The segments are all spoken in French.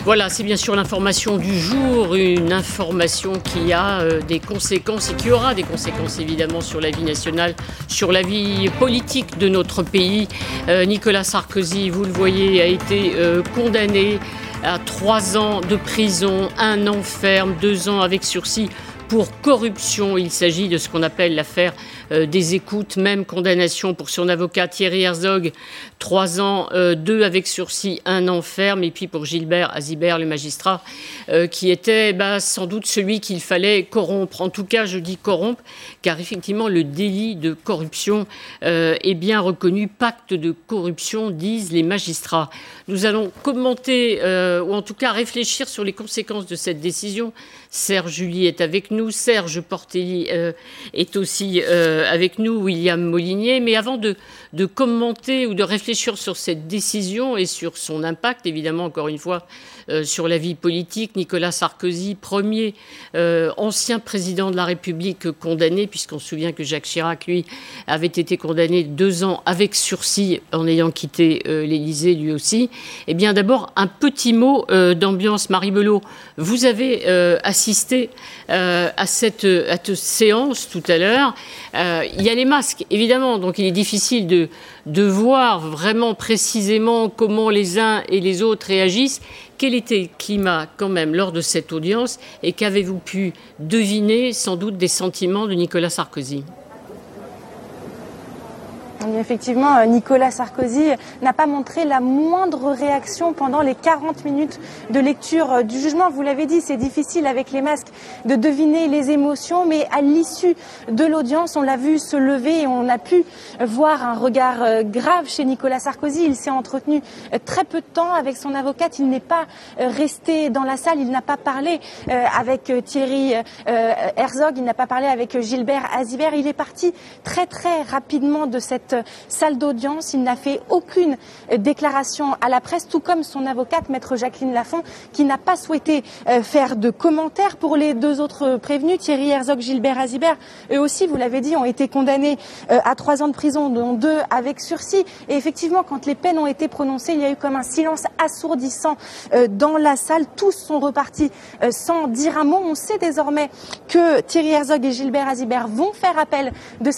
Voilà, c'est bien sûr l'information du jour, une information qui a des conséquences et qui aura des conséquences évidemment sur la vie nationale, sur la vie politique de notre pays. Nicolas Sarkozy, vous le voyez, a été condamné à 3 ans de prison, 1 an ferme, 2 ans avec sursis pour corruption. Il s'agit de ce qu'on appelle l'affaire des écoutes, même condamnation pour son avocat Thierry Herzog, 3 ans, 2 avec sursis, 1 an ferme. Et puis pour Gilbert Azibert, le magistrat, qui était sans doute celui qu'il fallait corrompre. En tout cas, je dis corrompre, car effectivement, le délit de corruption est bien reconnu. Pacte de corruption, disent les magistrats. Nous allons commenter, ou en tout cas réfléchir sur les conséquences de cette décision. Serge Julie est avec nous, Serge Portelli est aussi avec nous, William Molinier. Mais avant de commenter ou de réfléchir sur cette décision et sur son impact, évidemment, encore une fois, sur la vie politique, Nicolas Sarkozy, premier ancien président de la République condamné, puisqu'on se souvient que Jacques Chirac, lui, avait été condamné 2 ans avec sursis en ayant quitté l'Élysée, lui aussi. Eh bien, d'abord, un petit mot d'ambiance. Marie Belot, vous avez assisté à cette séance tout à l'heure. Il y a les masques, évidemment, donc il est difficile de voir vraiment précisément comment les uns et les autres réagissent. Quel était le climat quand même lors de cette audience et qu'avez-vous pu deviner sans doute des sentiments de Nicolas Sarkozy ? Effectivement, Nicolas Sarkozy n'a pas montré la moindre réaction pendant les 40 minutes de lecture du jugement. Vous l'avez dit, c'est difficile avec les masques de deviner les émotions, mais à l'issue de l'audience, on l'a vu se lever et on a pu voir un regard grave chez Nicolas Sarkozy. Il s'est entretenu très peu de temps avec son avocate. Il n'est pas resté dans la salle, il n'a pas parlé avec Thierry Herzog, il n'a pas parlé avec Gilbert Azibert. Il est parti très très rapidement de cette salle d'audience. Il n'a fait aucune déclaration à la presse, tout comme son avocate, maître Jacqueline Lafont, qui n'a pas souhaité faire de commentaires. Pour les 2 autres prévenus, Thierry Herzog, Gilbert Azibert, eux aussi, vous l'avez dit, ont été condamnés à 3 ans de prison, dont 2 avec sursis. Et effectivement, quand les peines ont été prononcées, il y a eu comme un silence assourdissant dans la salle. Tous sont repartis sans dire un mot. On sait désormais que Thierry Herzog et Gilbert Azibert vont faire appel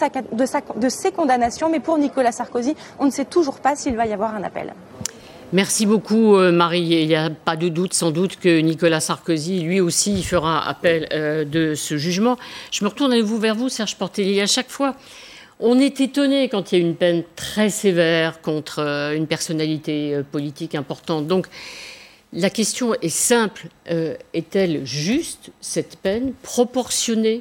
de ces condamnations. Mais pour Nicolas Sarkozy, on ne sait toujours pas s'il va y avoir un appel. Merci beaucoup Marie. Il n'y a pas de doute sans doute que Nicolas Sarkozy, lui aussi, fera appel de ce jugement. Je me retourne vers vous, Serge Portelli. À chaque fois, on est étonné quand il y a une peine très sévère contre une personnalité politique importante. Donc, la question est simple. Est-elle juste, cette peine, proportionnée ?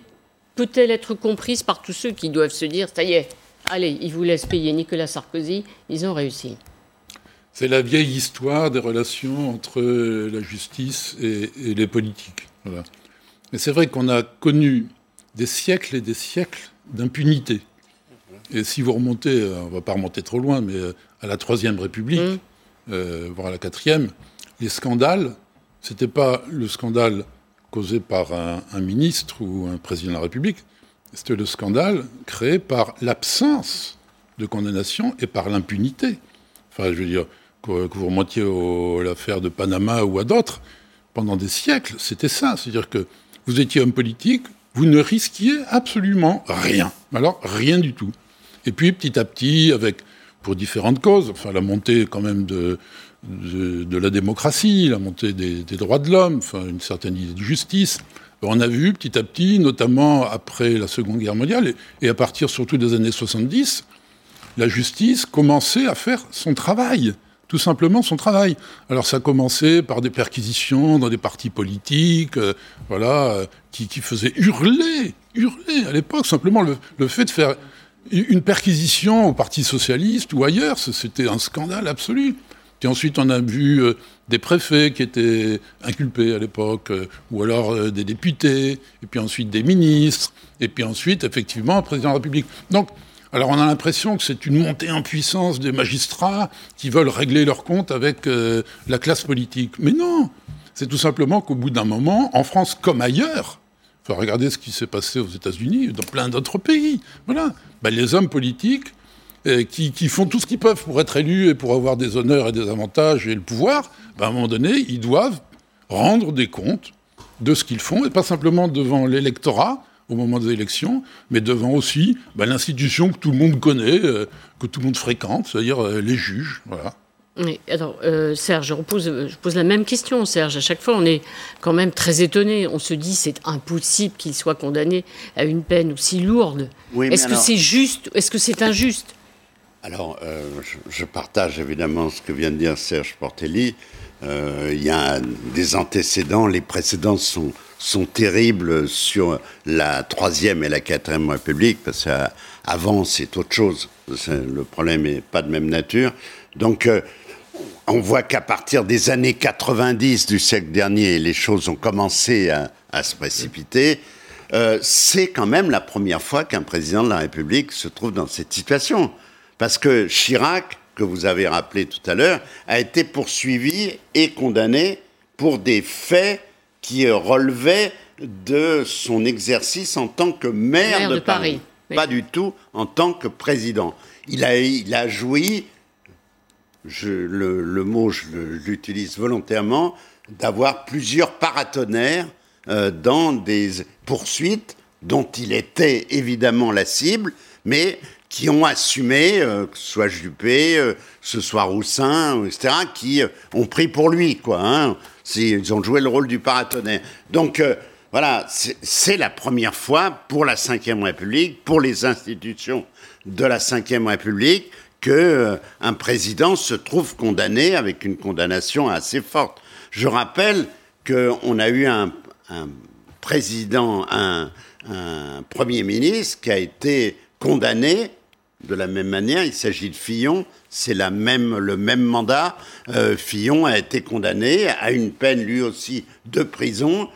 Peut-elle être comprise par tous ceux qui doivent se dire « ça y est, allez, ils vous laissent payer Nicolas Sarkozy, ils ont réussi ». C'est la vieille histoire des relations entre la justice et les politiques. Voilà. Mais c'est vrai qu'on a connu des siècles et des siècles d'impunité. Et si vous remontez, on ne va pas remonter trop loin, mais à la Troisième République, voire à la Quatrième, les scandales, ce n'était pas le scandale causé par un ministre ou un président de la République, c'était le scandale créé par l'absence de condamnation et par l'impunité. Enfin, je veux dire, que vous remontiez à l'affaire de Panama ou à d'autres, pendant des siècles, c'était ça. C'est-à-dire que vous étiez homme politique, vous ne risquiez absolument rien. Alors, rien du tout. Et puis, petit à petit, pour différentes causes, enfin, la montée quand même de la démocratie, la montée des droits de l'homme, enfin, une certaine idée de justice. On a vu petit à petit, notamment après la Seconde Guerre mondiale, et à partir surtout des années 70, la justice commençait à faire son travail, tout simplement son travail. Alors ça a commencé par des perquisitions dans des partis politiques, qui faisaient hurler à l'époque. Simplement le fait de faire une perquisition au Parti socialiste ou ailleurs, c'était un scandale absolu. Puis ensuite, on a vu des préfets qui étaient inculpés à l'époque, ou alors des députés, et puis ensuite des ministres, et puis ensuite, effectivement, un président de la République. Donc, alors on a l'impression que c'est une montée en puissance des magistrats qui veulent régler leurs comptes avec la classe politique. Mais non, c'est tout simplement qu'au bout d'un moment, en France comme ailleurs, enfin, regardez ce qui s'est passé aux États-Unis, dans plein d'autres pays, voilà, les hommes politiques qui font tout ce qu'ils peuvent pour être élus et pour avoir des honneurs et des avantages et le pouvoir, à un moment donné, ils doivent rendre des comptes de ce qu'ils font, et pas simplement devant l'électorat, au moment des élections, mais devant aussi l'institution que tout le monde connaît, que tout le monde fréquente, c'est-à-dire les juges. Voilà. Oui, alors, Serge, je pose la même question, Serge. À chaque fois, on est quand même très étonné. On se dit c'est impossible qu'il soit condamné à une peine aussi lourde. Oui, est-ce que c'est juste? Est-ce que c'est injuste? Alors, je partage évidemment ce que vient de dire Serge Portelli. Il y a des antécédents. Les précédents sont terribles sur la 3e et la 4e République, parce qu'avant, c'est autre chose. Le problème n'est pas de même nature. Donc, on voit qu'à partir des années 90 du siècle dernier, les choses ont commencé à se précipiter. C'est quand même la première fois qu'un président de la République se trouve dans cette situation. Parce que Chirac, que vous avez rappelé tout à l'heure, a été poursuivi et condamné pour des faits qui relevait de son exercice en tant que maire de Paris. Oui. Pas du tout en tant que président. Il a joui, le mot je l'utilise volontairement, d'avoir plusieurs paratonnerres dans des poursuites dont il était évidemment la cible, mais qui ont assumé, que ce soit Juppé, que ce soit Roussin, etc., qui ont pris pour lui, quoi. Hein. Ils ont joué le rôle du paratonnerre. Donc, voilà, c'est la première fois pour la Ve République, pour les institutions de la Ve République, qu'un président se trouve condamné avec une condamnation assez forte. Je rappelle qu'on a eu un président, un Premier ministre qui a été condamné de la même manière. Il s'agit de Fillon, c'est le même mandat. Fillon a été condamné à une peine lui aussi de prison.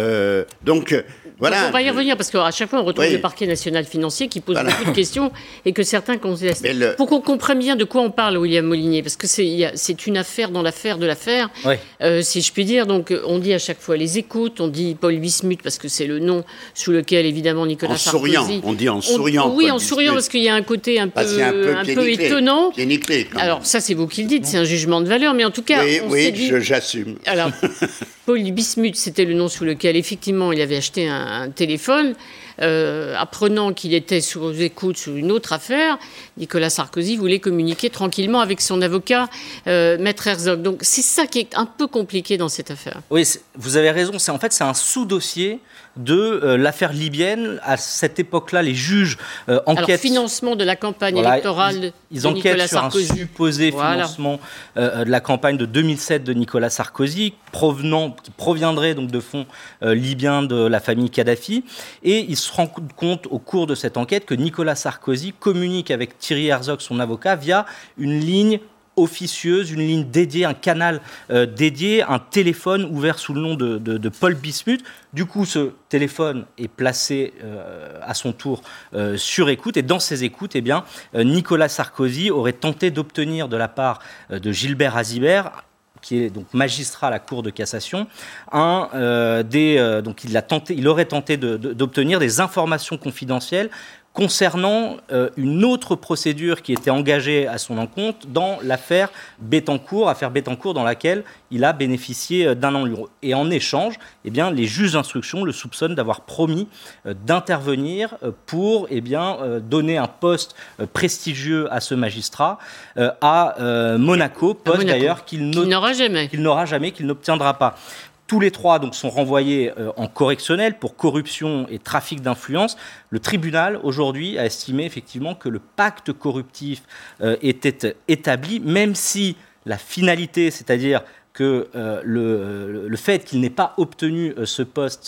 Donc voilà. On va y revenir parce qu'à chaque fois on retrouve le parquet national financier qui pose beaucoup de questions et que certains contestent. Pour qu'on comprenne bien de quoi on parle, William Molinier, parce que c'est une affaire dans l'affaire de l'affaire, si je puis dire. Donc on dit à chaque fois les écoutes, on dit Paul Bismuth parce que c'est le nom sous lequel évidemment Nicolas Sarkozy. On dit en souriant. Oui, en souriant parce qu'il y a un côté un peu étonnant. Alors ça c'est vous qui le dites, c'est un jugement de valeur, mais en tout cas. Oui, j'assume. Alors Paul Bismuth, c'était le nom sous lequel effectivement il avait acheté un téléphone. Apprenant qu'il était sous écoute sur une autre affaire, Nicolas Sarkozy voulait communiquer tranquillement avec son avocat, Maître Herzog. Donc c'est ça qui est un peu compliqué dans cette affaire. Oui, vous avez raison. C'est un sous-dossier de l'affaire libyenne. À cette époque-là, les juges enquêtent... Alors, financement de la campagne électorale ils enquêtent Nicolas sur Sarkozy. Un supposé financement de la campagne de 2007 de Nicolas Sarkozy, qui proviendrait donc de fonds libyens de la famille Kadhafi. Et ils se rendent compte au cours de cette enquête que Nicolas Sarkozy communique avec Thierry Herzog, son avocat, via une ligne officieuse, une ligne dédiée, un canal dédié, un téléphone ouvert sous le nom de Paul Bismuth. Du coup, ce téléphone est placé à son tour sur écoute. Et dans ces écoutes, Nicolas Sarkozy aurait tenté d'obtenir de la part de Gilbert Azibert, qui est donc magistrat à la Cour de cassation, donc il aurait tenté d'obtenir des informations confidentielles concernant une autre procédure qui était engagée à son encontre dans l'affaire Bettencourt, dans laquelle il a bénéficié d'un enlèvement. Et en échange, les juges d'instruction le soupçonnent d'avoir promis d'intervenir pour donner un poste prestigieux à ce magistrat à Monaco, poste d'ailleurs qu'il n'aura jamais, qu'il n'obtiendra pas. Tous les trois donc, sont renvoyés en correctionnel pour corruption et trafic d'influence. Le tribunal, aujourd'hui, a estimé effectivement que le pacte corruptif était établi, même si la finalité, c'est-à-dire que le fait qu'il n'ait pas obtenu ce poste,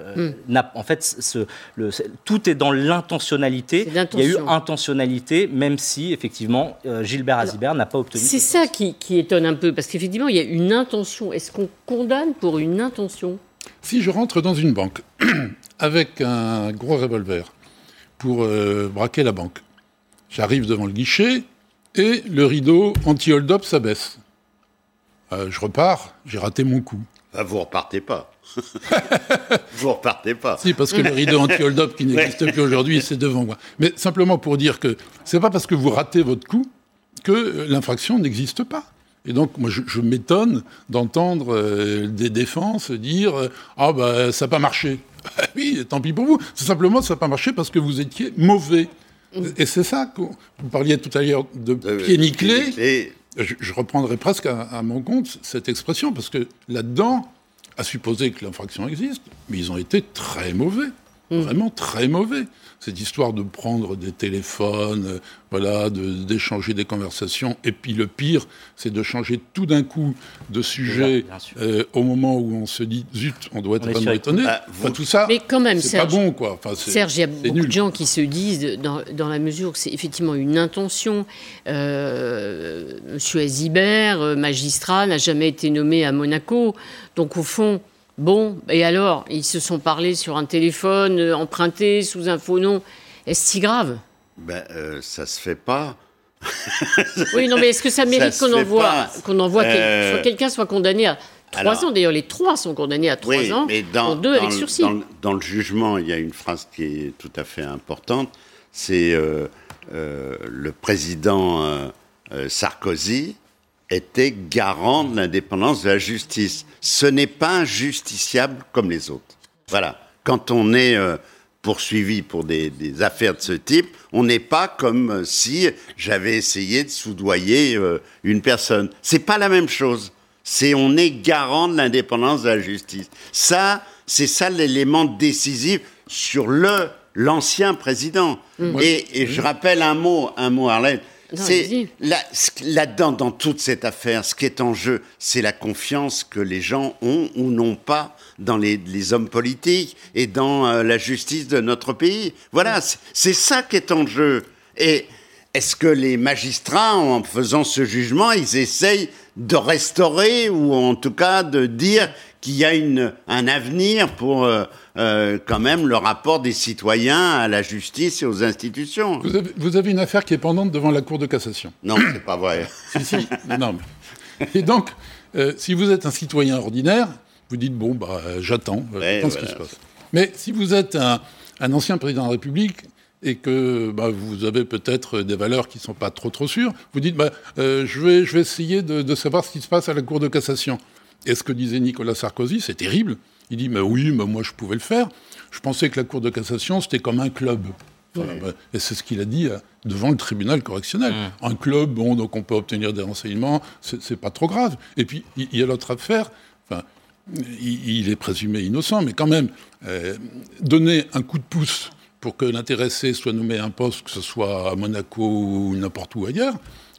tout est dans l'intentionnalité. Il y a eu intentionnalité, même si, effectivement, Gilbert Azibert n'a pas obtenu. C'est ça qui étonne un peu, parce qu'effectivement, il y a une intention. Est-ce qu'on condamne pour une intention ? Si je rentre dans une banque avec un gros revolver pour braquer la banque, j'arrive devant le guichet et le rideau anti-hold-up s'abaisse. Je repars, j'ai raté mon coup. Vous repartez pas. Vous repartez pas. Si, parce que le rideau anti-hold-up qui n'existe plus aujourd'hui, c'est devant moi. Mais simplement pour dire que c'est pas parce que vous ratez votre coup que l'infraction n'existe pas. Et donc, moi, je m'étonne d'entendre des défenses dire « Ah, bah, ça n'a pas marché. » Oui, tant pis pour vous. C'est simplement, ça n'a pas marché parce que vous étiez mauvais. Et c'est ça que vous parliez tout à l'heure de pied nickelé. Je reprendrai presque à mon compte cette expression, parce que là-dedans, à supposer que l'infraction existe, mais ils ont été très mauvais. Vraiment très mauvais. Cette histoire de prendre des téléphones, d'échanger des conversations. Et puis le pire, c'est de changer tout d'un coup de sujet au moment où on se dit, zut, on doit être vraiment étonné. Tout ça, mais quand même, c'est Serge, pas bon, quoi. Serge, il y a beaucoup de gens qui se disent, dans la mesure où c'est effectivement une intention, Monsieur Azibert, magistrat, n'a jamais été nommé à Monaco. Donc au fond... Bon, et alors, ils se sont parlé sur un téléphone emprunté sous un faux nom. Est-ce si grave ? Ça se fait pas. Oui, non, mais est-ce que ça mérite qu'on envoie quelqu'un soit condamné à 3 ans ? D'ailleurs, les 3 sont condamnés à 3 ans, dont 2 avec sursis. Dans le jugement, il y a une phrase qui est tout à fait importante. C'est le président Sarkozy était garant de l'indépendance de la justice. Ce n'est pas un justiciable comme les autres. Voilà. Quand on est poursuivi pour des affaires de ce type, on n'est pas comme si j'avais essayé de soudoyer une personne. C'est pas la même chose. On est garant de l'indépendance de la justice. Ça, c'est ça l'élément décisif sur l'ancien président. Et je rappelle un mot, Arlette. C'est là-dedans, dans toute cette affaire, ce qui est en jeu, c'est la confiance que les gens ont ou n'ont pas dans les hommes politiques et dans la justice de notre pays. Voilà, c'est ça qui est en jeu. Et est-ce que les magistrats, en faisant ce jugement, ils essayent de restaurer ou en tout cas de dire qu'il y a un avenir pour quand même le rapport des citoyens à la justice et aux institutions. Vous avez une affaire qui est pendante devant la Cour de cassation. Non, c'est pas vrai. Si. Non. Et donc, si vous êtes un citoyen ordinaire, vous dites, bon, j'attends ce qui se passe. Mais si vous êtes un ancien président de la République et que vous avez peut-être des valeurs qui ne sont pas trop sûres, vous dites, je vais essayer de savoir ce qui se passe à la Cour de cassation. Et ce que disait Nicolas Sarkozy, c'est terrible. Il dit, moi je pouvais le faire. Je pensais que la Cour de cassation, c'était comme un club. Et c'est ce qu'il a dit devant le tribunal correctionnel. Un club, donc on peut obtenir des renseignements, c'est pas trop grave. Et puis, il y a l'autre affaire, il est présumé innocent, mais quand même, donner un coup de pouce pour que l'intéressé soit nommé à un poste, que ce soit à Monaco ou n'importe où ailleurs,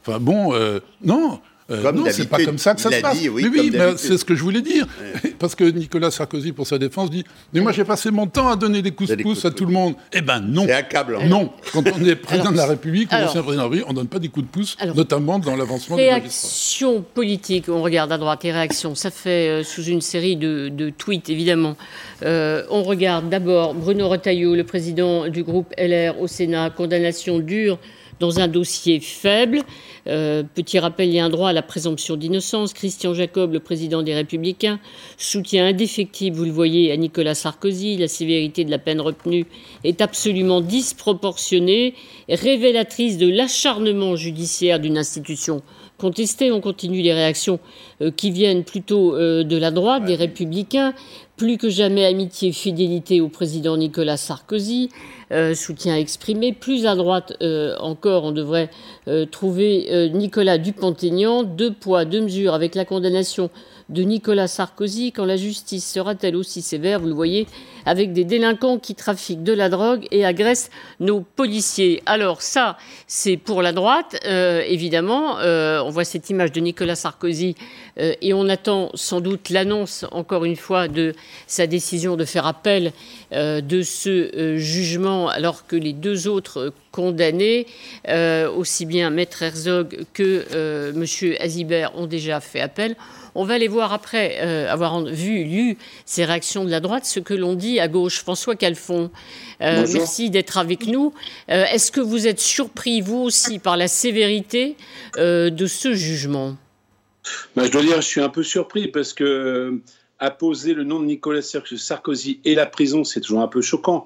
non. Non, c'est pas comme ça que ça se passe. Mais c'est ce que je voulais dire. Parce que Nicolas Sarkozy, pour sa défense, dit « Mais moi, j'ai passé mon temps à donner des coups de pouce à tout le monde. » Eh ben non. C'est accablant. Non. Quand on est président de la République ou ancien président de la République, on ne donne pas des coups de pouce, notamment dans l'avancement des magistrats. Réaction politique, on regarde à droite, les réactions. Ça fait sous une série de tweets, évidemment. On regarde d'abord Bruno Retailleau, le président du groupe LR au Sénat, condamnation dure dans un dossier faible. Petit rappel, il y a un droit à la présomption d'innocence. Christian Jacob, le président des Républicains, soutien indéfectible, vous le voyez, à Nicolas Sarkozy. La sévérité de la peine retenue est absolument disproportionnée, révélatrice de l'acharnement judiciaire d'une institution contestée. On continue les réactions qui viennent plutôt de la droite, des Républicains. Plus que jamais, amitié, fidélité au président Nicolas Sarkozy. Soutien exprimé. Plus à droite encore, on devrait trouver Nicolas Dupont-Aignan. 2 poids, 2 mesures avec la condamnation de Nicolas Sarkozy. Quand la justice sera-t-elle aussi sévère, vous le voyez, avec des délinquants qui trafiquent de la drogue et agressent nos policiers. Alors ça, c'est pour la droite, évidemment. On voit cette image de Nicolas Sarkozy et on attend sans doute l'annonce, encore une fois, de sa décision de faire appel de ce jugement, alors que les 2 autres condamnés, aussi bien Maître Herzog que M. Azibert, ont déjà fait appel. On va aller voir après avoir lu ces réactions de la droite, ce que l'on dit à gauche. François Calfon, merci d'être avec nous. Est-ce que vous êtes surpris, vous aussi, par la sévérité de ce jugement ? Je dois dire, je suis un peu surpris parce que apposer le nom de Nicolas Sarkozy et la prison, c'est toujours un peu choquant.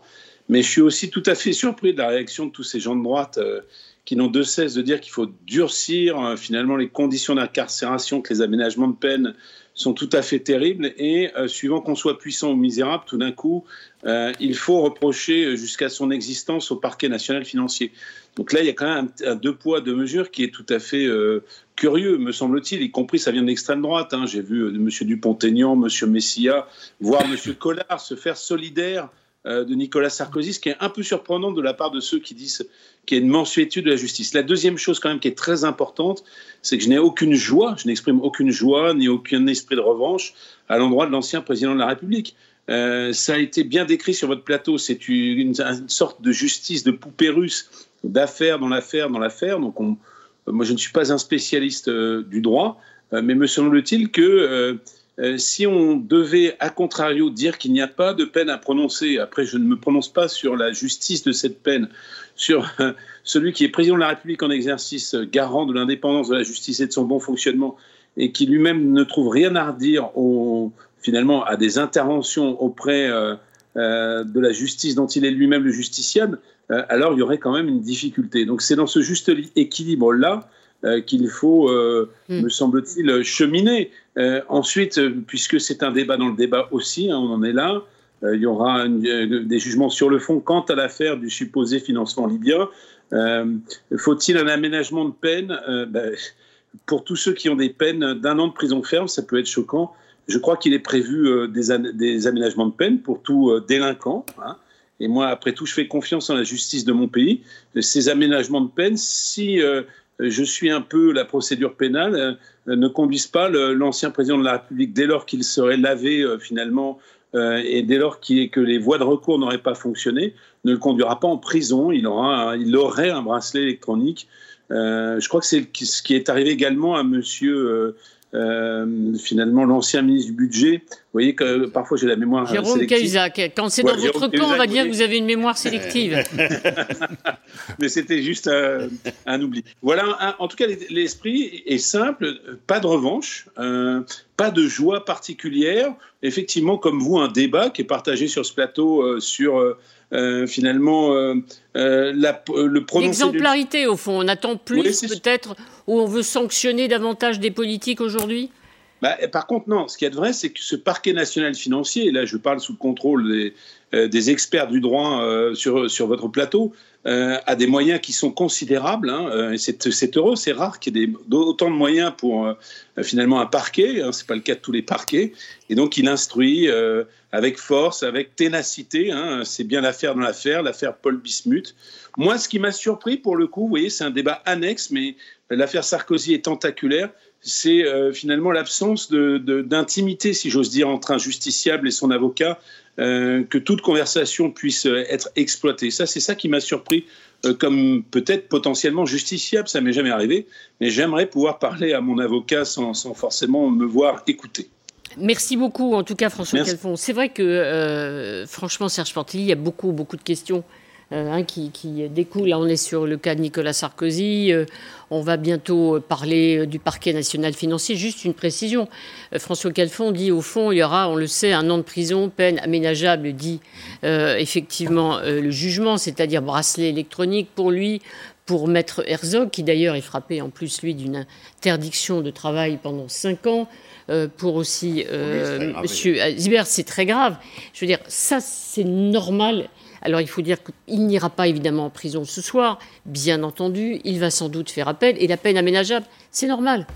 Mais je suis aussi tout à fait surpris de la réaction de tous ces gens de droite qui n'ont de cesse de dire qu'il faut durcir finalement les conditions d'incarcération, que les aménagements de peine sont tout à fait terribles. Et suivant qu'on soit puissant ou misérable, tout d'un coup, il faut reprocher jusqu'à son existence au parquet national financier. Donc là, il y a quand même un deux poids, deux mesures qui est tout à fait curieux, me semble-t-il, y compris ça vient de l'extrême droite. J'ai vu M. Dupont-Aignan, M. Messia, voire M. Collard se faire solidaire de Nicolas Sarkozy, ce qui est un peu surprenant de la part de ceux qui disent qu'il y a une mansuétude de la justice. La deuxième chose quand même qui est très importante, c'est que je n'exprime aucune joie ni aucun esprit de revanche à l'endroit de l'ancien président de la République. Ça a été bien décrit sur votre plateau, c'est une sorte de justice de poupée russe, d'affaire dans l'affaire dans l'affaire. Donc moi je ne suis pas un spécialiste du droit, mais me semble-t-il que si on devait, à contrario, dire qu'il n'y a pas de peine à prononcer, après je ne me prononce pas sur la justice de cette peine, sur celui qui est président de la République en exercice, garant de l'indépendance de la justice et de son bon fonctionnement, et qui lui-même ne trouve rien à redire finalement à des interventions auprès de la justice dont il est lui-même le justiciable, alors il y aurait quand même une difficulté. Donc c'est dans ce juste équilibre-là qu'il faut, me semble-t-il, cheminer. Ensuite, puisque c'est un débat dans le débat aussi, on en est là, il y aura des jugements sur le fond quant à l'affaire du supposé financement libyen. Faut-il un aménagement de peine pour tous ceux qui ont des peines d'1 an de prison ferme, ça peut être choquant. Je crois qu'il est prévu des aménagements de peine pour tout délinquant. Et moi, après tout, je fais confiance en la justice de mon pays. Ces aménagements de peine, si je suis un peu la procédure pénale, ne conduisent pas l'ancien président de la République, dès lors qu'il serait lavé finalement, et dès lors que les voies de recours n'auraient pas fonctionné, ne le conduira pas en prison. Il aurait un bracelet électronique. Je crois que c'est ce qui est arrivé également à monsieur... finalement l'ancien ministre du budget. Vous voyez que parfois j'ai la mémoire Jérôme Cahuzac. Quand c'est dans votre camp, on va dire que vous avez une mémoire sélective. Mais c'était juste un oubli. Voilà, en tout cas, l'esprit est simple, pas de revanche, pas de joie particulière. Effectivement, comme vous, un débat qui est partagé sur ce plateau sur... finalement le prononcé l'exemplarité au fond, on attend plus peut-être, où on veut sanctionner davantage des politiques aujourd'hui. Par contre non, ce qu'il y a de vrai, c'est que ce parquet national financier, et là je parle sous le contrôle des experts du droit sur votre plateau, a des moyens qui sont considérables, et c'est heureux, c'est rare qu'il y ait autant de moyens pour finalement un parquet, c'est pas le cas de tous les parquets, et donc il instruit avec force, avec ténacité, c'est bien l'affaire dans l'affaire Paul Bismuth. Moi, ce qui m'a surpris pour le coup, vous voyez, c'est un débat annexe, mais l'affaire Sarkozy est tentaculaire, c'est finalement l'absence d'intimité, si j'ose dire, entre un justiciable et son avocat, que toute conversation puisse être exploitée. Ça, c'est ça qui m'a surpris, comme peut-être potentiellement justiciable, ça m'est jamais arrivé, mais j'aimerais pouvoir parler à mon avocat sans forcément me voir écouter. Merci beaucoup, en tout cas, François Calfon. C'est vrai que, franchement, Serge Portelli, il y a beaucoup de questions qui découlent. Là, on est sur le cas de Nicolas Sarkozy. On va bientôt parler du parquet national financier. Juste une précision. François Calfon dit, au fond, il y aura, on le sait, 1 an de prison, peine aménageable, dit effectivement le jugement, c'est-à-dire bracelet électronique pour lui, pour Maître Herzog, qui d'ailleurs est frappé en plus, lui, d'une interdiction de travail pendant 5 ans. Pour aussi monsieur Zibert, c'est très grave. Je veux dire, ça, c'est normal. Alors, il faut dire qu'il n'ira pas évidemment en prison ce soir, bien entendu. Il va sans doute faire appel. Et la peine aménageable, c'est normal.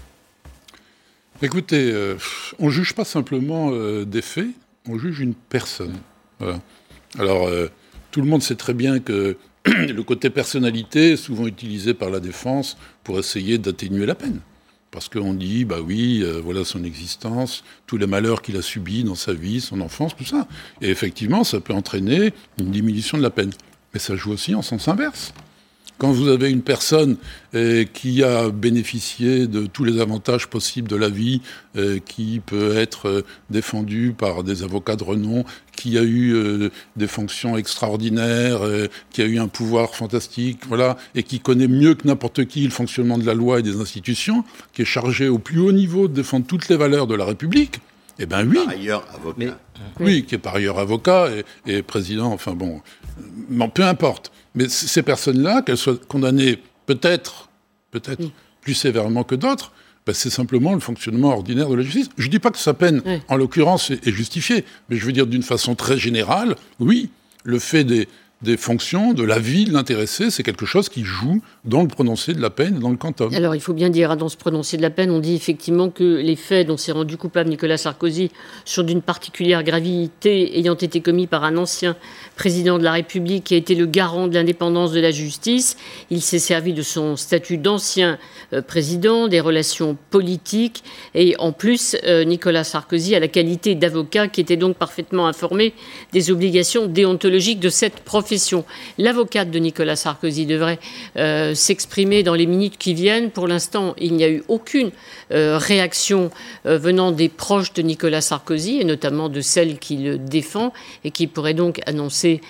Écoutez, on ne juge pas simplement des faits, on juge une personne. Voilà. Alors, tout le monde sait très bien que le côté personnalité est souvent utilisé par la défense pour essayer d'atténuer la peine. Parce qu'on dit, voilà son existence, tous les malheurs qu'il a subis dans sa vie, son enfance, tout ça. Et effectivement, ça peut entraîner une diminution de la peine. Mais ça joue aussi en sens inverse. Quand vous avez une personne qui a bénéficié de tous les avantages possibles de la vie, qui peut être défendue par des avocats de renom, qui a eu des fonctions extraordinaires, qui a eu un pouvoir fantastique, voilà, et qui connaît mieux que n'importe qui le fonctionnement de la loi et des institutions, qui est chargé au plus haut niveau de défendre toutes les valeurs de la République, eh bien oui. Par ailleurs avocat. Oui, qui est par ailleurs avocat et président, enfin bon, Bon, peu importe. Mais ces personnes-là, qu'elles soient condamnées peut-être plus sévèrement que d'autres, c'est simplement le fonctionnement ordinaire de la justice. Je ne dis pas que sa peine, en l'occurrence, est justifiée, mais je veux dire d'une façon très générale, oui, le fait des fonctions, de la vie de l'intéressé, c'est quelque chose qui joue dans le prononcé de la peine et dans le quantum. Alors, il faut bien dire, dans ce prononcé de la peine, on dit effectivement que les faits dont s'est rendu coupable Nicolas Sarkozy sont d'une particulière gravité ayant été commis par un ancien président de la République qui a été le garant de l'indépendance de la justice. Il s'est servi de son statut d'ancien président, des relations politiques, et en plus, Nicolas Sarkozy a la qualité d'avocat qui était donc parfaitement informé des obligations déontologiques de cette profession. L'avocate de Nicolas Sarkozy devrait s'exprimer dans les minutes qui viennent. Pour l'instant, il n'y a eu aucune réaction venant des proches de Nicolas Sarkozy, et notamment de celle qui le défend, et qui pourrait donc annoncer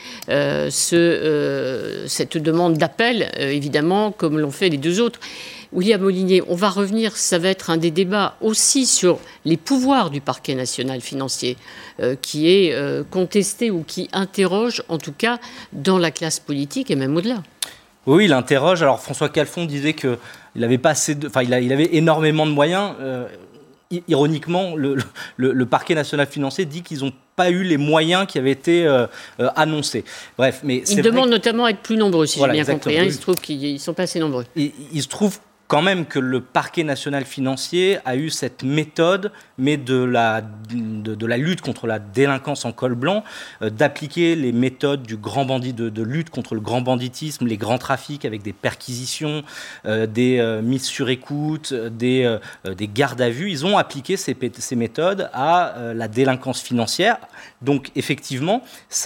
cette demande d'appel, évidemment, comme l'ont fait les deux autres. William Molinier, on va revenir, ça va être un des débats aussi sur les pouvoirs du parquet national financier, qui est contesté ou qui interroge, en tout cas, dans la classe politique et même au-delà. Oui, il interroge. Alors François Calfon disait qu'il avait pas assez il avait énormément de moyens. Ironiquement, le parquet national financier dit qu'ils n'ont pas eu les moyens qui avaient été annoncés. Bref, mais ils demandent notamment à être plus nombreux, si j'ai bien compris. Il se trouve qu'ils ne sont pas assez nombreux. Il se trouve quand même que le parquet national financier a eu cette méthode, mais de la lutte contre la délinquance en col blanc, d'appliquer les méthodes du grand bandit, de lutte contre le grand banditisme, les grands trafics avec des perquisitions, des mises sur écoute, des gardes à vue. Ils ont appliqué ces méthodes à la délinquance financière. Donc effectivement,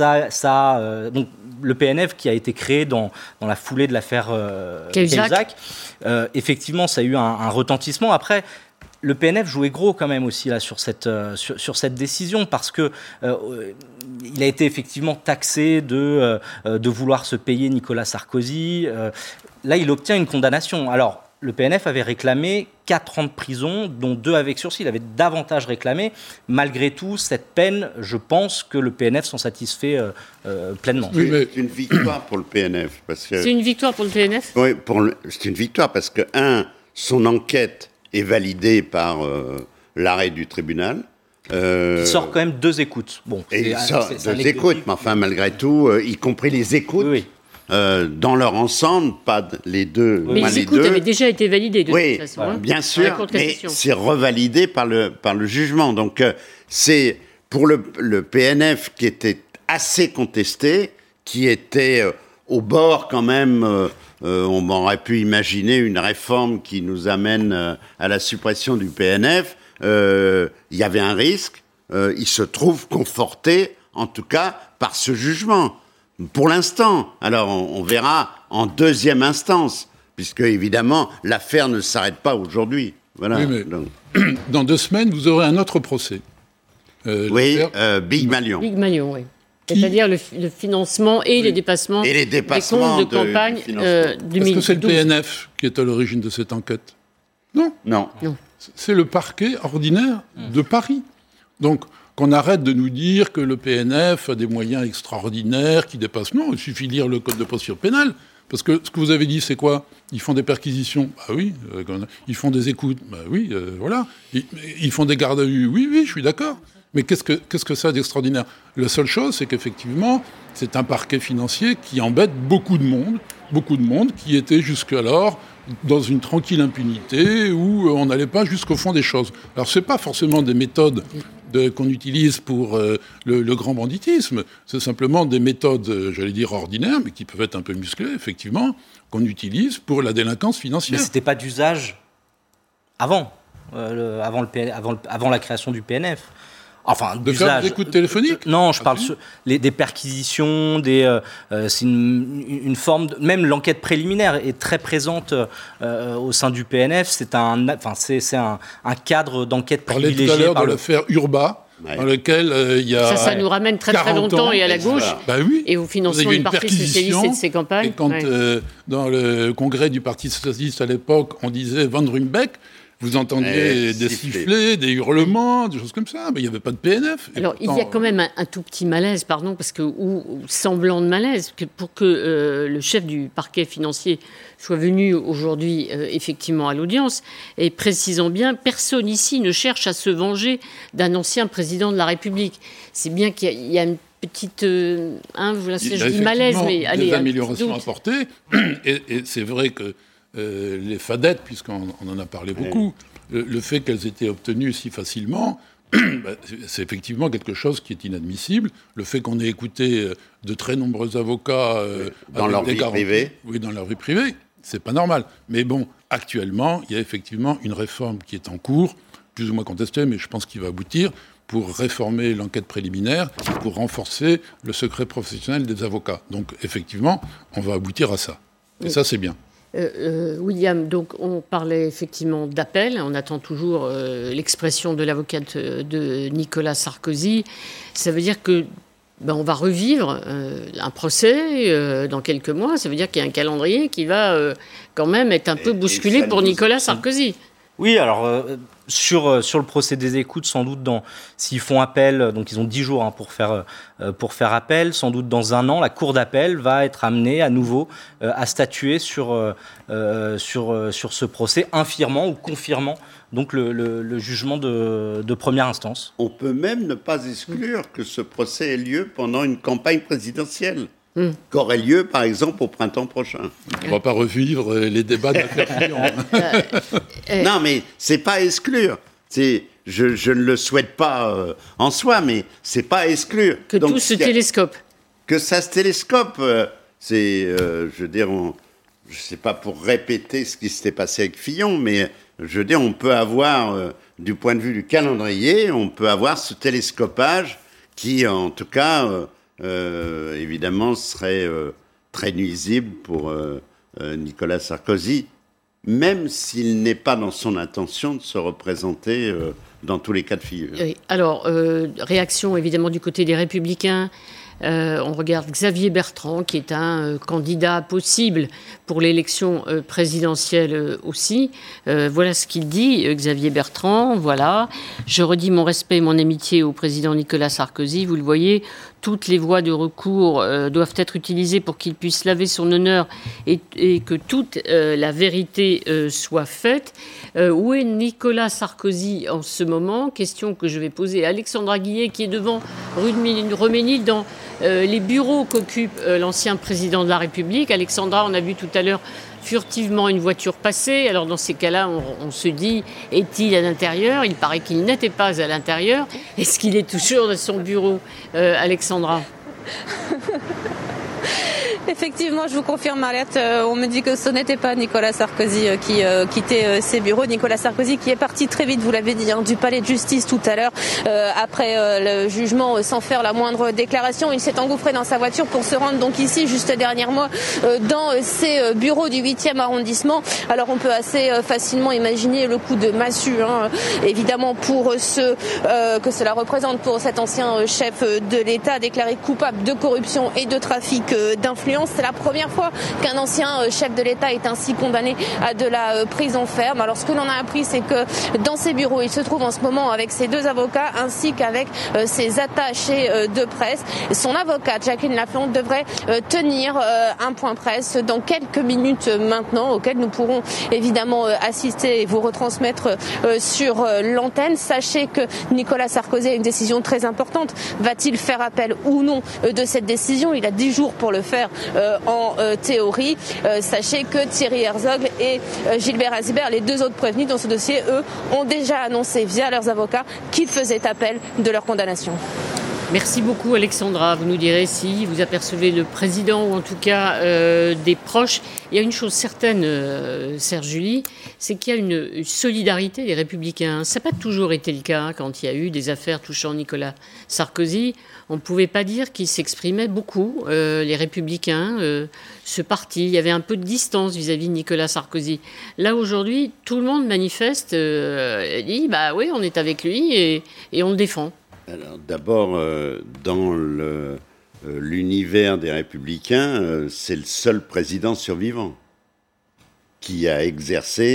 donc, le PNF qui a été créé dans la foulée de l'affaire Cahuzac, effectivement, ça a eu un retentissement. Après, le PNF jouait gros quand même aussi là sur cette décision, parce que il a été effectivement taxé de vouloir se payer Nicolas Sarkozy. Là, il obtient une condamnation. Alors, le PNF avait réclamé 4 ans de prison, dont 2 avec sursis. Il avait davantage réclamé. Malgré tout, cette peine, je pense que le PNF s'en satisfait pleinement. Oui, mais c'est une victoire pour le PNF. C'est une victoire pour le PNF ? Oui, c'est une victoire parce que, son enquête est validée par l'arrêt du tribunal. Il sort quand même 2 écoutes. Bon, il sort 2 écoutes, mais enfin, malgré tout, y compris les écoutes. Oui. Dans leur ensemble, pas les deux. Mais les écoutes avaient déjà été validées de toute façon. Oui, bien sûr, mais c'est revalidé par le jugement. Donc, c'est pour le PNF qui était assez contesté, qui était au bord quand même, on aurait pu imaginer une réforme qui nous amène à la suppression du PNF. Il y avait un risque. Il se trouve conforté, en tout cas, par ce jugement. Pour l'instant. Alors, on verra en deuxième instance, puisque, évidemment, l'affaire ne s'arrête pas aujourd'hui. Voilà. Oui, mais dans 2 semaines, vous aurez un autre procès. Big Malion. Big Malion, oui. C'est-à-dire le financement et les dépassements des comptes de campagne du 2012. Est-ce que c'est le PNF qui est à l'origine de cette enquête ? Non. C'est le parquet ordinaire de Paris. Donc, qu'on arrête de nous dire que le PNF a des moyens extraordinaires qui dépassent. Non, il suffit de lire le code de procédure pénale. Parce que ce que vous avez dit, c'est quoi ? Ils font des perquisitions. Bah oui. Ils font des écoutes. Bah oui, voilà. Ils font des gardes à vue. Oui, je suis d'accord. Mais qu'est-ce que ça d'extraordinaire ? La seule chose, c'est qu'effectivement, c'est un parquet financier qui embête beaucoup de monde qui était jusqu'alors dans une tranquille impunité où on n'allait pas jusqu'au fond des choses. Alors, c'est pas forcément des méthodes qu'on utilise pour le grand banditisme, c'est simplement des méthodes, j'allais dire ordinaires, mais qui peuvent être un peu musclées, effectivement, qu'on utilise pour la délinquance financière. Mais c'était pas d'usage avant la création du PNF. Enfin, de faire des écoutes téléphoniques ? Non, je parle des perquisitions, c'est une forme même l'enquête préliminaire est très présente au sein du PNF. C'est un cadre d'enquête privilégié. On parlait tout à l'heure de l'affaire Urba, dans lequel il y a ça nous ramène très longtemps et à la gauche, et au financement du Parti socialiste et de ses campagnes. Et quand dans le congrès du Parti socialiste à l'époque, on disait Van Ruymbeck vous entendiez des sifflets, des hurlements, des choses comme ça, mais il n'y avait pas de PNF. Alors, pourtant, il y a quand même un tout petit malaise, parce que, ou semblant de malaise, pour que le chef du parquet financier soit venu aujourd'hui effectivement à l'audience, et précisant bien, personne ici ne cherche à se venger d'un ancien président de la République. C'est bien qu'il y a une petite, je dis malaise, mais allez, des améliorations apportées, et c'est vrai que les fadettes, puisqu'on en a parlé beaucoup, le fait qu'elles étaient obtenues si facilement, c'est effectivement quelque chose qui est inadmissible. Le fait qu'on ait écouté de très nombreux avocats dans leur vie privée. Oui, dans leur vie privée, c'est pas normal. Mais bon, actuellement, il y a effectivement une réforme qui est en cours, plus ou moins contestée, mais je pense qu'il va aboutir, pour réformer l'enquête préliminaire, pour renforcer le secret professionnel des avocats. Donc, effectivement, on va aboutir à ça. Et ça, c'est bien. William, donc on parlait effectivement d'appel. On attend toujours l'expression de l'avocate de Nicolas Sarkozy. Ça veut dire que on va revivre un procès dans quelques mois. Ça veut dire qu'il y a un calendrier qui va quand même être un peu bousculé pour Nicolas Sarkozy. Oui, alors sur le procès des écoutes, sans doute s'ils font appel, donc ils ont 10 jours pour faire appel, sans doute dans un an, la cour d'appel va être amenée à nouveau à statuer sur ce procès, infirmant ou confirmant donc le jugement de première instance. On peut même ne pas exclure que ce procès ait lieu pendant une campagne présidentielle. Qu'aurait lieu, par exemple, au printemps prochain. On ne va pas revivre les débats d'affaires Fillon. Non, mais c'est pas à exclure. Je ne le souhaite pas en soi, mais c'est pas à exclure. Que donc, tout se télescope. Que ça se télescope. Je veux dire, je ne sais pas pour répéter ce qui s'était passé avec Fillon, mais je veux dire, on peut avoir, du point de vue du calendrier, on peut avoir ce télescopage qui, en tout cas... évidemment, serait très nuisible pour Nicolas Sarkozy, même s'il n'est pas dans son intention de se représenter dans tous les cas de figure. Oui. Alors, réaction évidemment du côté des Républicains. On regarde Xavier Bertrand, qui est un candidat possible pour l'élection présidentielle aussi. Voilà ce qu'il dit, Xavier Bertrand. Voilà. Je redis mon respect et mon amitié au président Nicolas Sarkozy. Vous le voyez, toutes les voies de recours doivent être utilisées pour qu'il puisse laver son honneur et que toute la vérité soit faite. Où est Nicolas Sarkozy en ce moment? Question que je vais poser à Alexandra Guillet, qui est devant rue de Roménil, dans les bureaux qu'occupe l'ancien président de la République. Alexandra, on a vu tout à l'heure furtivement une voiture passer. Alors dans ces cas-là, on se dit, est-il à l'intérieur? Il paraît qu'il n'était pas à l'intérieur. Est-ce qu'il est toujours dans son bureau, Alexandra? Effectivement, je vous confirme, Mariette, on me dit que ce n'était pas Nicolas Sarkozy qui quittait ses bureaux. Nicolas Sarkozy qui est parti très vite, vous l'avez dit, du palais de justice tout à l'heure, après le jugement, sans faire la moindre déclaration. Il s'est engouffré dans sa voiture pour se rendre donc ici, juste derrière moi, dans ses bureaux du 8e arrondissement. Alors on peut assez facilement imaginer le coup de massue, évidemment, pour que cela représente pour cet ancien chef de l'État déclaré coupable de corruption et de trafic d'influence. C'est la première fois qu'un ancien chef de l'État est ainsi condamné à de la prison ferme. Alors ce que l'on a appris, c'est que dans ses bureaux, il se trouve en ce moment avec ses 2 avocats ainsi qu'avec ses attachés de presse. Son avocate, Jacqueline Laflante, devrait tenir un point presse dans quelques minutes maintenant, auquel nous pourrons évidemment assister et vous retransmettre sur l'antenne. Sachez que Nicolas Sarkozy a une décision très importante. Va-t-il faire appel ou non de cette décision? Il a 10 jours pour le faire en théorie. Sachez que Thierry Herzog et Gilbert Azibert, les 2 autres prévenus dans ce dossier, eux, ont déjà annoncé via leurs avocats qu'ils faisaient appel de leur condamnation. Merci beaucoup, Alexandra. Vous nous direz si vous apercevez le président ou en tout cas des proches. Il y a une chose certaine, Serge Julie, c'est qu'il y a une solidarité des Républicains. Ça n'a pas toujours été le cas quand il y a eu des affaires touchant Nicolas Sarkozy. On ne pouvait pas dire qu'ils s'exprimaient beaucoup, les Républicains, ce parti. Il y avait un peu de distance vis-à-vis de Nicolas Sarkozy. Là, aujourd'hui, tout le monde manifeste, dit « oui, on est avec lui et on le défend ». Alors, d'abord, dans l'univers des Républicains, c'est le seul président survivant qui a exercé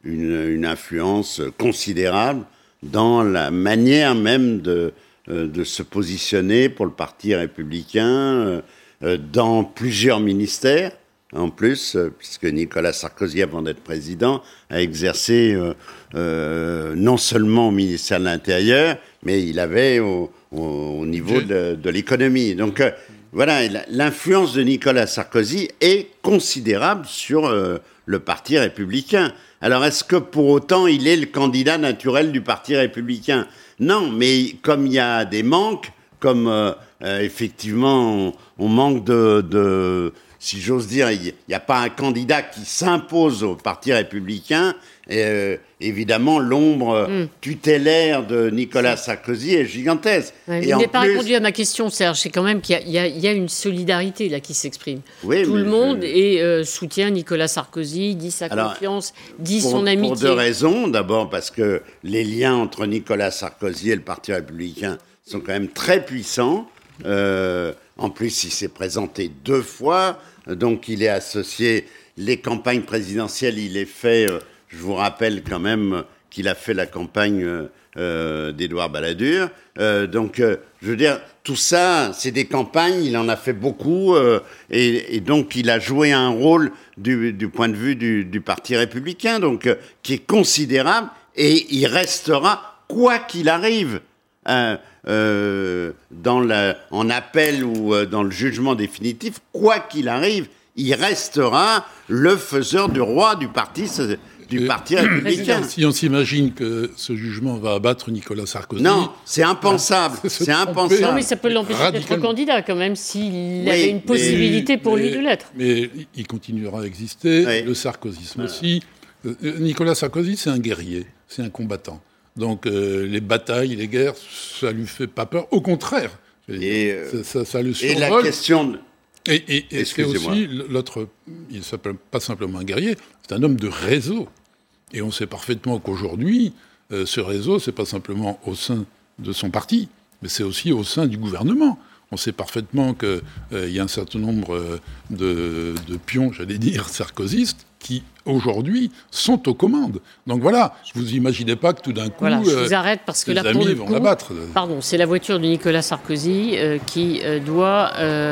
une influence considérable dans la manière même de se positionner pour le Parti républicain dans plusieurs ministères. En plus, puisque Nicolas Sarkozy, avant d'être président, a exercé non seulement au ministère de l'Intérieur, mais il avait au niveau de l'économie. Donc voilà, l'influence de Nicolas Sarkozy est considérable sur le Parti républicain. Alors est-ce que pour autant il est le candidat naturel du Parti républicain ? Non, mais comme il y a des manques, comme effectivement on manque de si j'ose dire, il n'y a pas un candidat qui s'impose au Parti républicain. Évidemment, l'ombre tutélaire de Nicolas Sarkozy est gigantesque. Ouais, il n'est pas répondu à ma question, Serge. C'est quand même qu'il y a une solidarité là qui s'exprime. Oui, tout le monde soutient Nicolas Sarkozy, dit sa confiance, dit son amitié. Pour deux raisons. D'abord parce que les liens entre Nicolas Sarkozy et le Parti républicain sont quand même très puissants. En plus, il s'est présenté 2 fois. Donc, il est associé. Les campagnes présidentielles, il est fait. Je vous rappelle quand même qu'il a fait la campagne d'Édouard Balladur. Donc, je veux dire, tout ça, c'est des campagnes. Il en a fait beaucoup. Et donc, il a joué un rôle du point de vue du Parti républicain, donc qui est considérable. Et il restera, quoi qu'il arrive, en appel ou dans le jugement définitif, quoi qu'il arrive, il restera le faiseur du roi du Parti républicain. Si on s'imagine que ce jugement va abattre Nicolas Sarkozy... Non, c'est impensable. C'est impensable. Non, mais ça peut l'empêcher d'être candidat quand même s'il avait une possibilité pour lui de l'être. Mais il continuera à exister, le sarkozysme aussi. Nicolas Sarkozy, c'est un guerrier, c'est un combattant. Donc les batailles, les guerres, ça lui fait pas peur. Au contraire, ça le survole. Et la question... Et c'est aussi l'autre... Il ne s'appelle pas simplement un guerrier, c'est un homme de réseau. Et on sait parfaitement qu'aujourd'hui, ce réseau, c'est pas simplement au sein de son parti, mais c'est aussi au sein du gouvernement. On sait parfaitement qu'il y a un certain nombre de pions, j'allais dire, sarkozystes, qui, aujourd'hui, sont aux commandes. Donc voilà, vous imaginez pas que tout d'un coup, voilà, je vous arrête parce que les là, amis vont l'abattre. Pardon, c'est la voiture de Nicolas Sarkozy qui doit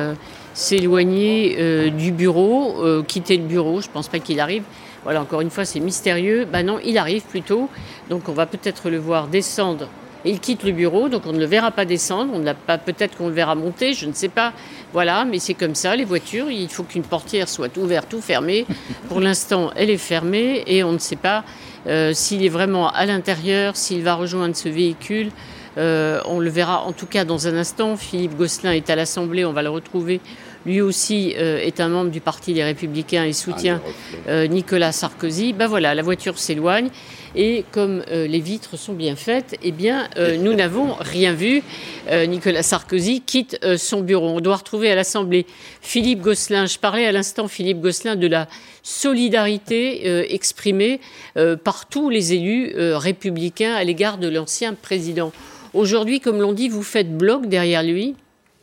s'éloigner du bureau, quitter le bureau. Je ne pense pas qu'il arrive. Voilà, encore une fois, c'est mystérieux. Ben non, il arrive plutôt. Donc on va peut-être le voir descendre. Il quitte le bureau, donc on ne le verra pas descendre. On ne l'a pas, peut-être qu'on le verra monter, je ne sais pas. Voilà, mais c'est comme ça, les voitures. Il faut qu'une portière soit ouverte ou fermée. Pour l'instant, elle est fermée et on ne sait pas s'il est vraiment à l'intérieur, s'il va rejoindre ce véhicule. On le verra en tout cas dans un instant. Philippe Gosselin est à l'Assemblée, on va le retrouver. Lui aussi est un membre du Parti des Républicains et soutient Nicolas Sarkozy. Ben voilà, la voiture s'éloigne et comme les vitres sont bien faites, eh bien, nous n'avons rien vu. Nicolas Sarkozy quitte son bureau. On doit retrouver à l'Assemblée Philippe Gosselin. Je parlais à l'instant, Philippe Gosselin, de la solidarité exprimée par tous les élus républicains à l'égard de l'ancien président. Aujourd'hui, comme l'on dit, vous faites bloc derrière lui ?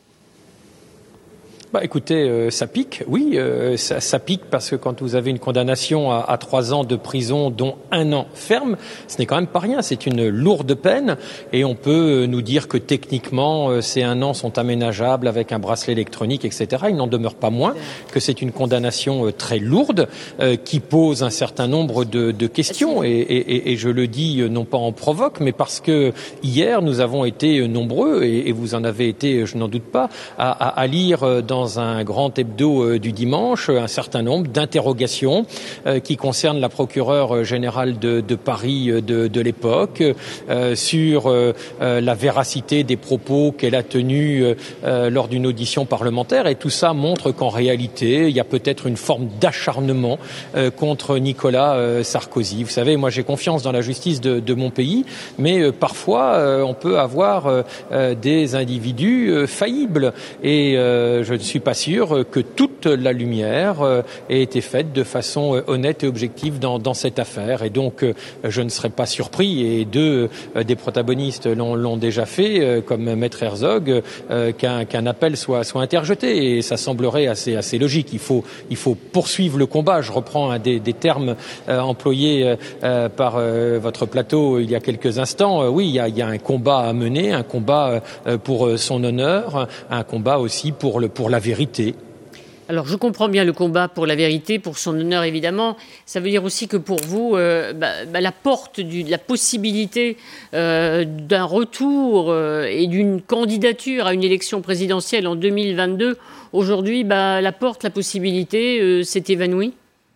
Écoutez, ça pique, oui, ça pique parce que quand vous avez une condamnation à 3 ans de prison, dont 1 an ferme, ce n'est quand même pas rien, c'est une lourde peine et on peut nous dire que techniquement, ces 1 an sont aménageables avec un bracelet électronique, etc. Il n'en demeure pas moins que c'est une condamnation très lourde qui pose un certain nombre de questions et je le dis non pas en provoque, mais parce que hier, nous avons été nombreux et vous en avez été, je n'en doute pas, à lire dans un grand hebdo du dimanche, un certain nombre d'interrogations qui concernent la procureure générale de Paris de l'époque, sur la véracité des propos qu'elle a tenus lors d'une audition parlementaire. Et tout ça montre qu'en réalité, il y a peut-être une forme d'acharnement contre Nicolas Sarkozy. Vous savez, moi j'ai confiance dans la justice de mon pays, mais parfois on peut avoir des individus faillibles. Et je suis pas sûr que toute la lumière ait été faite de façon honnête et objective dans cette affaire. Et donc, je ne serais pas surpris, et deux des protagonistes l'ont déjà fait, comme Maître Herzog, qu'un appel soit interjeté. Et ça semblerait assez logique. Il faut poursuivre le combat. Je reprends un des termes employés par votre plateau il y a quelques instants. Oui, il y a un combat à mener, un combat pour son honneur, un combat aussi pour la vérité. Alors, je comprends bien le combat pour la vérité, pour son honneur, évidemment. Ça veut dire aussi que pour vous, la porte de la possibilité d'un retour et d'une candidature à une élection présidentielle en 2022, aujourd'hui, la possibilité s'est évanouie.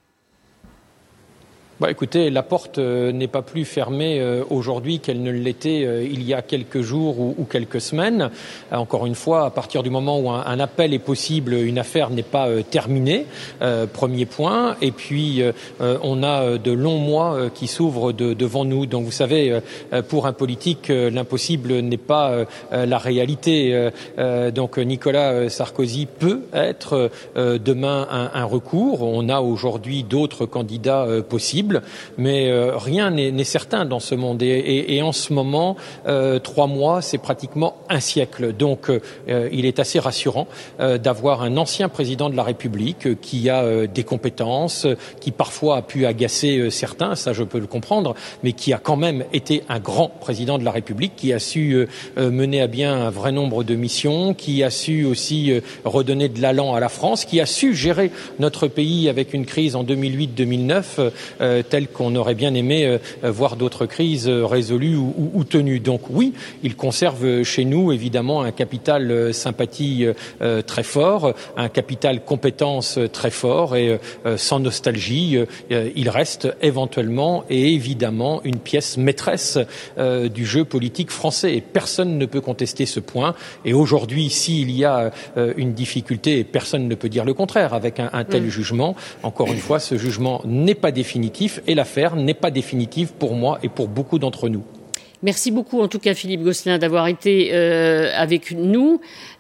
Écoutez, la porte n'est pas plus fermée aujourd'hui qu'elle ne l'était il y a quelques jours ou quelques semaines. Encore une fois, à partir du moment où un appel est possible, une affaire n'est pas terminée. Premier point. Et puis, on a de longs mois qui s'ouvrent devant nous. Donc, vous savez, pour un politique, l'impossible n'est pas la réalité. Donc, Nicolas Sarkozy peut être demain un recours. On a aujourd'hui d'autres candidats possibles. Mais rien n'est certain dans ce monde. Et en ce moment, 3 mois, c'est pratiquement un siècle. Donc, il est assez rassurant d'avoir un ancien président de la République qui a des compétences, qui parfois a pu agacer certains, ça je peux le comprendre, mais qui a quand même été un grand président de la République, qui a su mener à bien un vrai nombre de missions, qui a su aussi redonner de l'allant à la France, qui a su gérer notre pays avec une crise en 2008-2009 telle qu'on aurait bien aimé voir d'autres crises résolues ou tenues. Donc oui, il conserve chez nous évidemment un capital sympathie très fort, un capital compétence très fort, et sans nostalgie, il reste éventuellement et évidemment une pièce maîtresse du jeu politique français, et personne ne peut contester ce point. Et aujourd'hui, s'il y a une difficulté, et personne ne peut dire le contraire avec un tel jugement, encore une fois, ce jugement n'est pas définitif et l'affaire n'est pas définitive pour moi et pour beaucoup d'entre nous. Merci beaucoup, en tout cas, Philippe Gosselin, d'avoir été avec nous.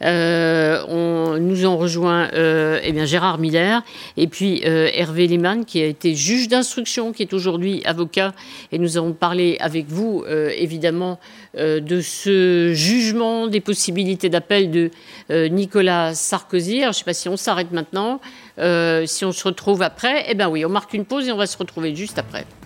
Nous en rejoint Gérard Miller et puis Hervé Lehmann, qui a été juge d'instruction, qui est aujourd'hui avocat. Et nous avons parlé avec vous, évidemment, de ce jugement, des possibilités d'appel de Nicolas Sarkozy. Alors, je ne sais pas si on s'arrête maintenant, si on se retrouve après. Oui, on marque une pause et on va se retrouver juste après.